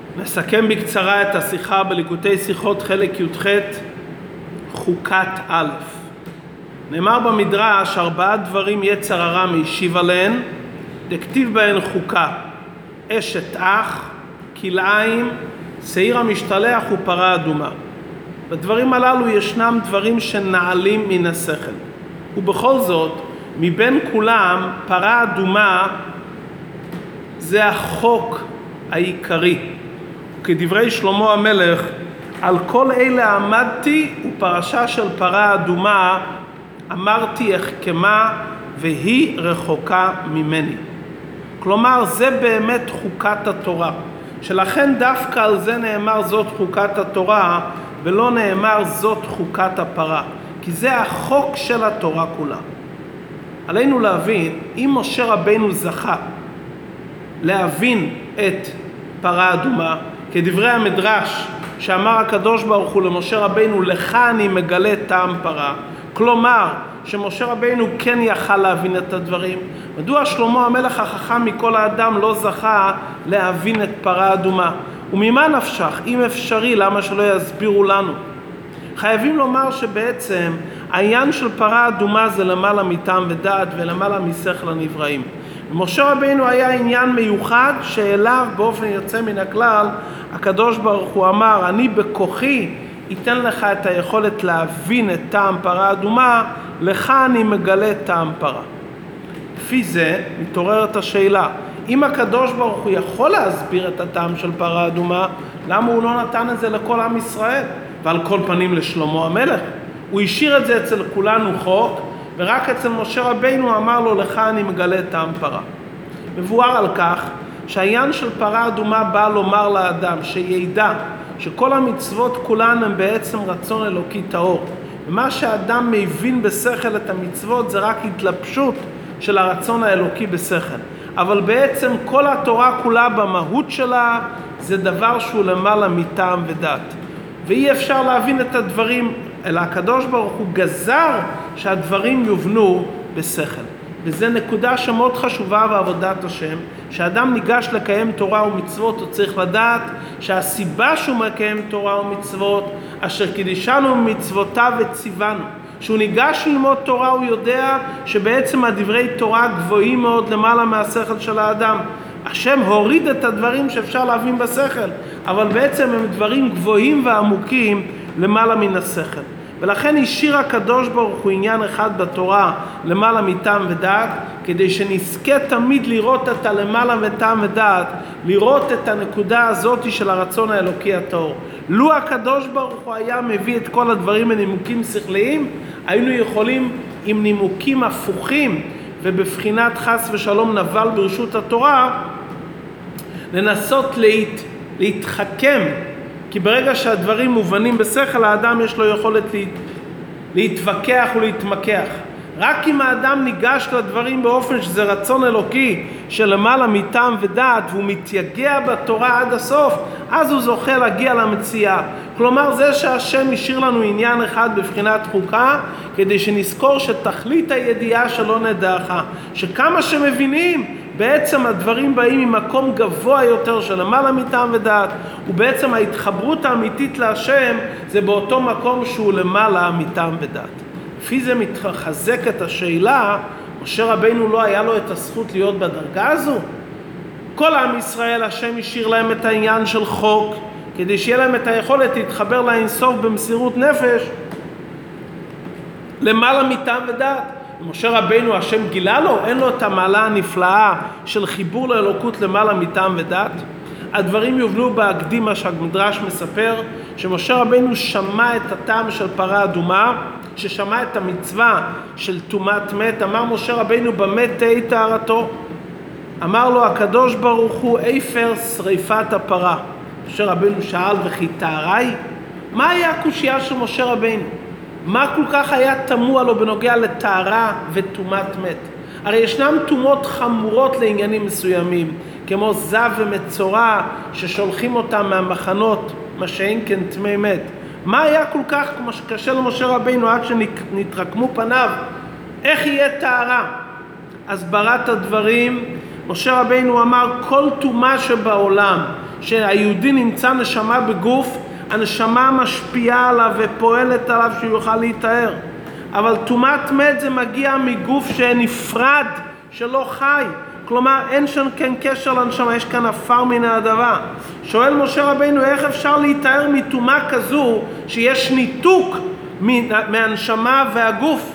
נסכם בקצרה את השיחה בליקוטי שיחות חלק י"ח חוקת א'. נאמר במדרש 4 דברים יצר הרע משיב עליהן, דכתיב בהן חוקה: אשת אח, כלאיים, שעיר המשתלח ופרה אדומה. בדברים הללו ישנם דברים שנעלים מן השכל, ובכל זאת מבין כולם פרה אדומה זה החוק העיקרי. כדברי שלמה המלך, על כל אלה עמדתי ופרשה של פרה אדומה אמרתי אחכמה והיא רחוקה ממני. כלומר זה באמת חוקת התורה, שלכן דווקא על זה נאמר זאת חוקת התורה ולא נאמר זאת חוקת הפרה, כי זה החוק של התורה כולה. עלינו להבין, אם משה רבינו זכה להבין את פרה אדומה, כדברי המדרש שאמר הקדוש ברוך הוא למשה רבינו, לך אני מגלה טעם פרה, כלומר שמשה רבינו כן יכל להבין את הדברים, מדוע שלמה המלך החכם מכל האדם לא זכה להבין את פרה אדומה? וממה נפשך? אם אפשרי, למה שלא יסבירו לנו? חייבים לומר שבעצם העניין של פרה אדומה זה למעלה מטעם ודעת ולמעלה משכל הנבראים. משה רבינו היה עניין מיוחד שאליו באופן יוצא מן הכלל הקדוש ברוך הוא אמר, אני בכוחי ייתן לך את היכולת להבין את טעם פרה אדומה, לך אני מגלה טעם פרה. לפי זה מתעוררת השאלה, אם הקדוש ברוך הוא יכול להסביר את הטעם של פרה אדומה, למה הוא לא נתן את זה לכל עם ישראל? ועל כל פנים לשלמה המלך הוא השאיר את זה אצל כולנו חוק, ורק אצל משה רבינו אמר לו, לך אני מגלה טעם פרה. מבואר על כך שהעניין של פרה אדומה בא לומר לאדם שידע שכל המצוות כולן הן בעצם רצון אלוקי טהור, ומה שאדם מבין בשכל את המצוות זה רק התלבשות של הרצון האלוקי בשכל, אבל בעצם כל התורה כולה במהות שלה זה דבר שהוא למעלה מטעם ודעת, ואי אפשר להבין את הדברים, אלא הקדוש ברוך הוא גזר שהדברים יובנו בשכל. וזה נקודה שמאוד חשובה בעבודת השם, שאדם ניגש לקיים תורה ומצוות, הוא צריך לדעת שהסיבה שהוא מקיים תורה ומצוות, אשר קידשנו מצוותיו וציוונו. שהוא ניגש ללמוד תורה הוא יודע שבעצם הדברי תורה גבוהים מאוד למעלה מהשכל של האדם. השם הוריד את הדברים שאפשר להבין בשכל, אבל בעצם הם דברים גבוהים ועמוקים למעלה מן השכל. ולכן השאיר הקדוש ברוך הוא עניין אחד בתורה למעלה מטעם ודעת, כדי שנזכה תמיד לראות את הלמעלה מטעם ודעת, לראות את הנקודה הזאת של הרצון האלוקי הטהור. לו הקדוש ברוך הוא היה מביא את כל הדברים בנימוקים שכליים, היינו יכולים עם נימוקים הפוכים ובבחינת חס ושלום נבל ברשות התורה לנסות להתחכם, כי ברגע שהדברים מובנים בשכל האדם יש לו יכולת להתווכח ולהתמקח. רק אם האדם ניגש לדברים באופן שזה רצון אלוקי שלמעלה מטעם ודעת והוא מתייגע בתורה עד הסוף, אז הוא זוכה להגיע למציאה. כלומר זה שהשם השאיר לנו עניין אחד בבחינת חוקה, כדי שנזכור שתכלית הידיעה שלא נדעך, שכמה שמבינים בעצם הדברים באים ממקום גבוה יותר של למעלה מטעם ודעת, ובעצם ההתחברות האמיתית להשם זה באותו מקום שהוא למעלה מטעם ודעת. לפי זה מתחזקת השאלה, משה רבינו לא היה לו את הזכות להיות בדרגה הזו? כל עם ישראל השם השאיר להם את העניין של חוק, כדי שיהיה להם את היכולת להתחבר לאינסוף במסירות נפש למעלה מטעם ודעת. משה רבינו השם גילה לו, אין לו את המעלה הנפלאה של חיבור לאלוקות למעלה מטעם ודעת. הדברים יובנו בהקדימה שהמדרש מספר שמשה רבינו שמע את הטעם של פרה אדומה, ששמע את המצווה של טומאת מת. אמר משה רבינו, במה תהי טהרתו? אמר לו הקדוש ברוך הוא, איפר שריפת הפרה. משה רבינו שאל, וכי טהרה היא? מה היה הקושיה של משה רבינו? מה כל כך היה תמוה לו בנוגע לטהרה וטומאת מת? הרי ישנם טומאות חמורות לעניינים מסוימים, כמו זב ומצורע ששולחים אותם מהמחנות, מה שאין כן טמא מת. מה היה כל כך קשה למשה רבינו עד שנתרקמו פניו? איך יהיה טהרה? הסברת הדברים, משה רבינו אמר, כל טומאה שבעולם שהיהודי נמצא נשמה בגוף, הנשמה משפיעה עליו ופועלת עליו שהוא יוכל להתאר. אבל טומאת מת זה מגיע מגוף שנפרד, שלא חי. כלומר, אין שם כן קשר לנשמה, יש כאן עפר מן הדבר. שואל משה רבינו, איך אפשר להתאר מטומאה כזו שיש ניתוק מהנשמה והגוף?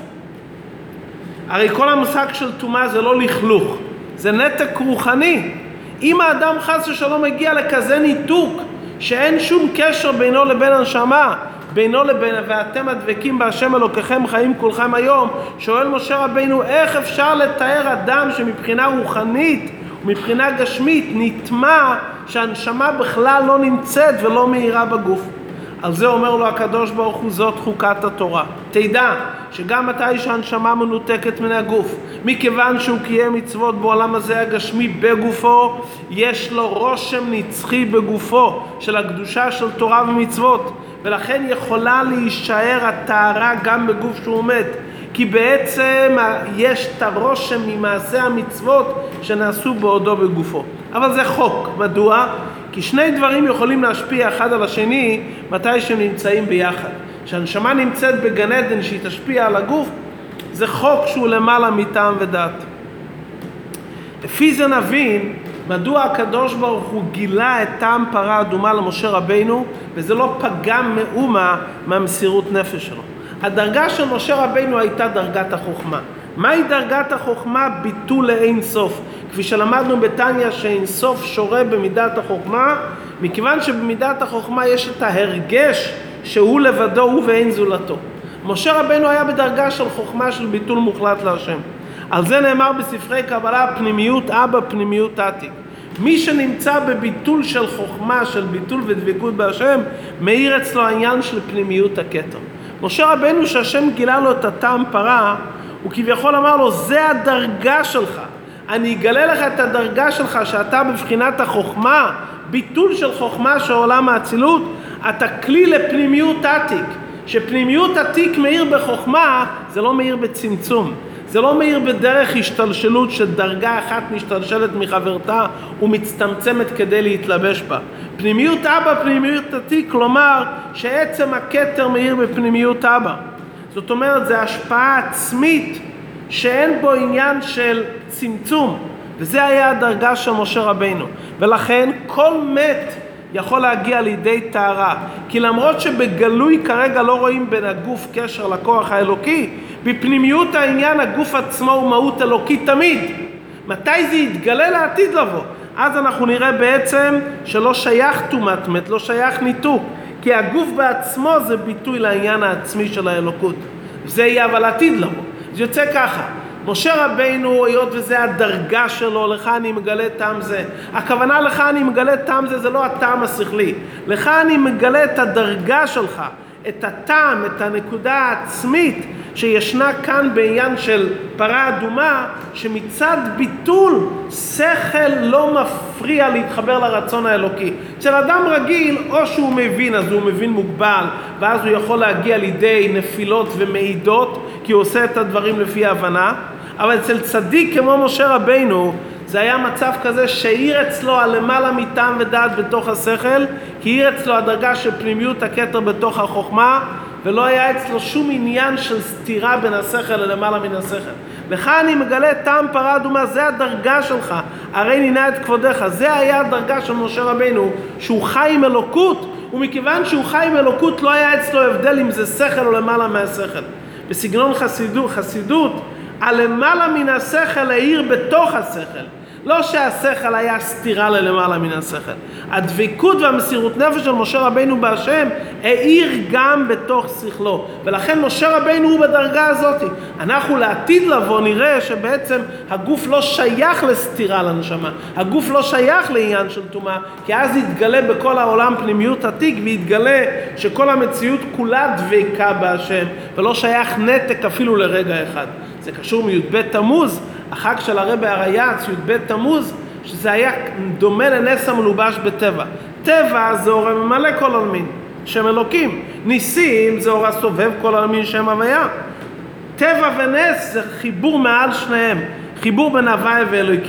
הרי כל המושג של טומאה זה לא לכלוך, זה נתק רוחני. אם האדם חס ושלום מגיע לכזה ניתוק, שאין שום קשר בינו לבין הנשמה, בינו לבין, ואתם הדבקים בהשם אלוקיכם חיים כולכם היום, שואל משה רבינו, איך אפשר לתאר אדם שמבחינה רוחנית ומבחינה גשמית נטמע, שהנשמה בכלל לא נמצאת ולא מאירה בגוף? על זה אומר לו הקדוש ברוך הוא, זאת חוקת התורה. תדע שגם מתי שהנשמה מנותקת מן הגוף, מכיוון שהוא קיים מצוות בעולם הזה הגשמי בגופו, יש לו רושם נצחי בגופו של הקדושה של תורה ומצוות, ולכן יכולה להישאר הטהרה גם בגוף שהוא מת, כי בעצם יש את הרושם ממעשה המצוות שנעשו בעודו בגופו. אבל זה חוק. מדוע? כי שני דברים יכולים להשפיע אחד על השני מתי שהם נמצאים ביחד. כשהנשמה נמצאת בגן עדן שהיא תשפיע על הגוף, זה חוק שהוא למעלה מטעם ודעת. לפי זה נבין מדוע הקדוש ברוך הוא גילה את טעם פרה אדומה למשה רבינו, וזה לא פגם מאומה מהמסירות נפש שלו. הדרגה של משה רבינו הייתה דרגת החוכמה. מהי דרגת החוכמה? ביטול לאין סוף. כפי שלמדנו בתניה שאין סוף שורה במידת החוכמה, מכיוון שבמידת החוכמה יש את ההרגש שהוא לבדו הוא ואין זולתו. משה רבינו היה בדרגה של חוכמה של ביטול מוחלט להשם. על זה נאמר בספרי קבלה, פנימיות אבא, פנימיות עתיק. מי שנמצא בביטול של חוכמה, של ביטול ודבקות בהשם, מאיר אצלו העניין של פנימיות הכתר. משה רבינו שהשם גילה לו את הטעם פרה, הוא כביכול אמר לו, זה הדרגה שלך. אני אגלה לך את הדרגה שלך שאתה בבחינת החוכמה, ביטול של חוכמה שעולה מהאצילות, אתה כלי לפנימיות עתיק. שפנימיות עתיק מאיר בחוכמה, זה לא מאיר בצמצום. זה לא מאיר בדרך השתלשלות שדרגה אחת משתלשלת מחברתה ומצטמצמת כדי להתלבש בה. פנימיות אבא, פנימיות עתיק, כלומר שעצם הכתר מאיר בפנימיות אבא. זאת אומרת, זה השפעה עצמית שאין בו עניין של צמצום, וזה היה הדרגה של משה רבינו. ולכן כל מת יכול להגיע לידי טהרה, כי למרות שבגלוי כרגע לא רואים בין הגוף קשר לכוח האלוקי, בפנימיות העניין הגוף עצמו הוא מהות אלוקי תמיד. מתי זה יתגלה לעתיד לבוא? אז אנחנו נראה בעצם שלא שייך טומאת מת, לא שייך ניתוק, כי הגוף בעצמו זה ביטוי לעניין העצמי של האלוקות. זה יהיה אבל עתיד לבוא. זה יוצא ככה, משה רבינו, היות וזה הדרגה שלו, לך אני מגלה טעם זה. הכוונה לך אני מגלה טעם זה, זה לא הטעם השכלי. לך אני מגלה את הדרגה שלך, את הטעם, את הנקודה העצמית שישנה כאן בעניין של פרה אדומה, שמצד ביטול שכל לא מפריע להתחבר לרצון האלוקי. אצל אדם רגיל, או שהוא מבין, אז הוא מבין מוגבל, ואז הוא יכול להגיע לידי נפילות ומעידות, כי הוא עושה את הדברים לפי ההבנה. אבל אצל צדיק כמו משה רבינו, זה היה מצב כזה שהאיר אצלו הלמעלה מטעם ודעת בתוך השכל, כי האיר אצלו הדרגה של פנימיות הכתר בתוך החוכמה, ולא היה אצלו שום עניין של סתירה בין השכל ללמעלה מן השכל. לך אני מגלה טעם פרה אדומה, זה הדרגה שלך, הרי נינה את כבודך. זה היה הדרגה של משה רבינו, שהוא חי עם אלוקות, ומכיוון שהוא חי עם אלוקות לא היה אצלו הבדל אם זה שכל או למעלה מהשכל. בסגנון חסידות, הלמעלה מן השכל העיר בתוך השכל, לא שהשכל היה סתירה ללמעלה מן השכל. הדבקות והמסירות נפש של משה רבינו בהשם העיר גם בתוך שכלו, ולכן משה רבינו הוא בדרגה הזאת. אנחנו לעתיד לבוא נראה שבעצם הגוף לא שייך לסתירה לנשמה, הגוף לא שייך לעניין של טומאה, כי אז יתגלה בכל העולם פנימיות עתיק, ויתגלה שכל המציאות כולה דבקה בהשם, ולא שייך נתק אפילו לרגע אחד. זה קשור מי"ב תמוז, החג של הרבי הרייץ, י"ב תמוז, שזה היה דומה לנס המלובש בטבע. טבע זה אור ממלא כל עלמין, שם אלוקים. ניסים זה אור הסובב כל עלמין, שם הוויה. טבע ונס זה חיבור מעל שניהם, חיבור בין הוויה ואלוקים.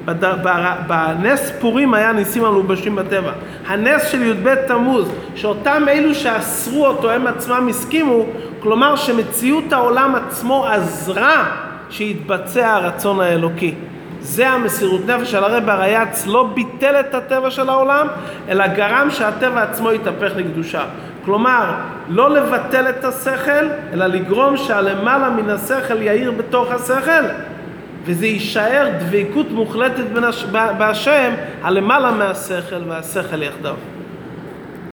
בנס פורים היה ניסים המלובשים בטבע. הנס של י"ב תמוז, שאותם אלו שאסרו אותו הם עצמם הסכימו, כלומר שמציאות העולם עצמו עזרה שיתבצע הרצון האלוקי. זה המסירות נפש של הרב הריי"צ, לא ביטל את הטבע של העולם, אלא גרם שהטבע עצמו יתהפך לקדושה. כלומר, לא לבטל את השכל, אלא לגרום שהלמעלה מן השכל יאיר בתוך השכל, וזה יישאר דבקות מוחלטת בהשם, הלמעלה מהשכל והשכל יחדיו.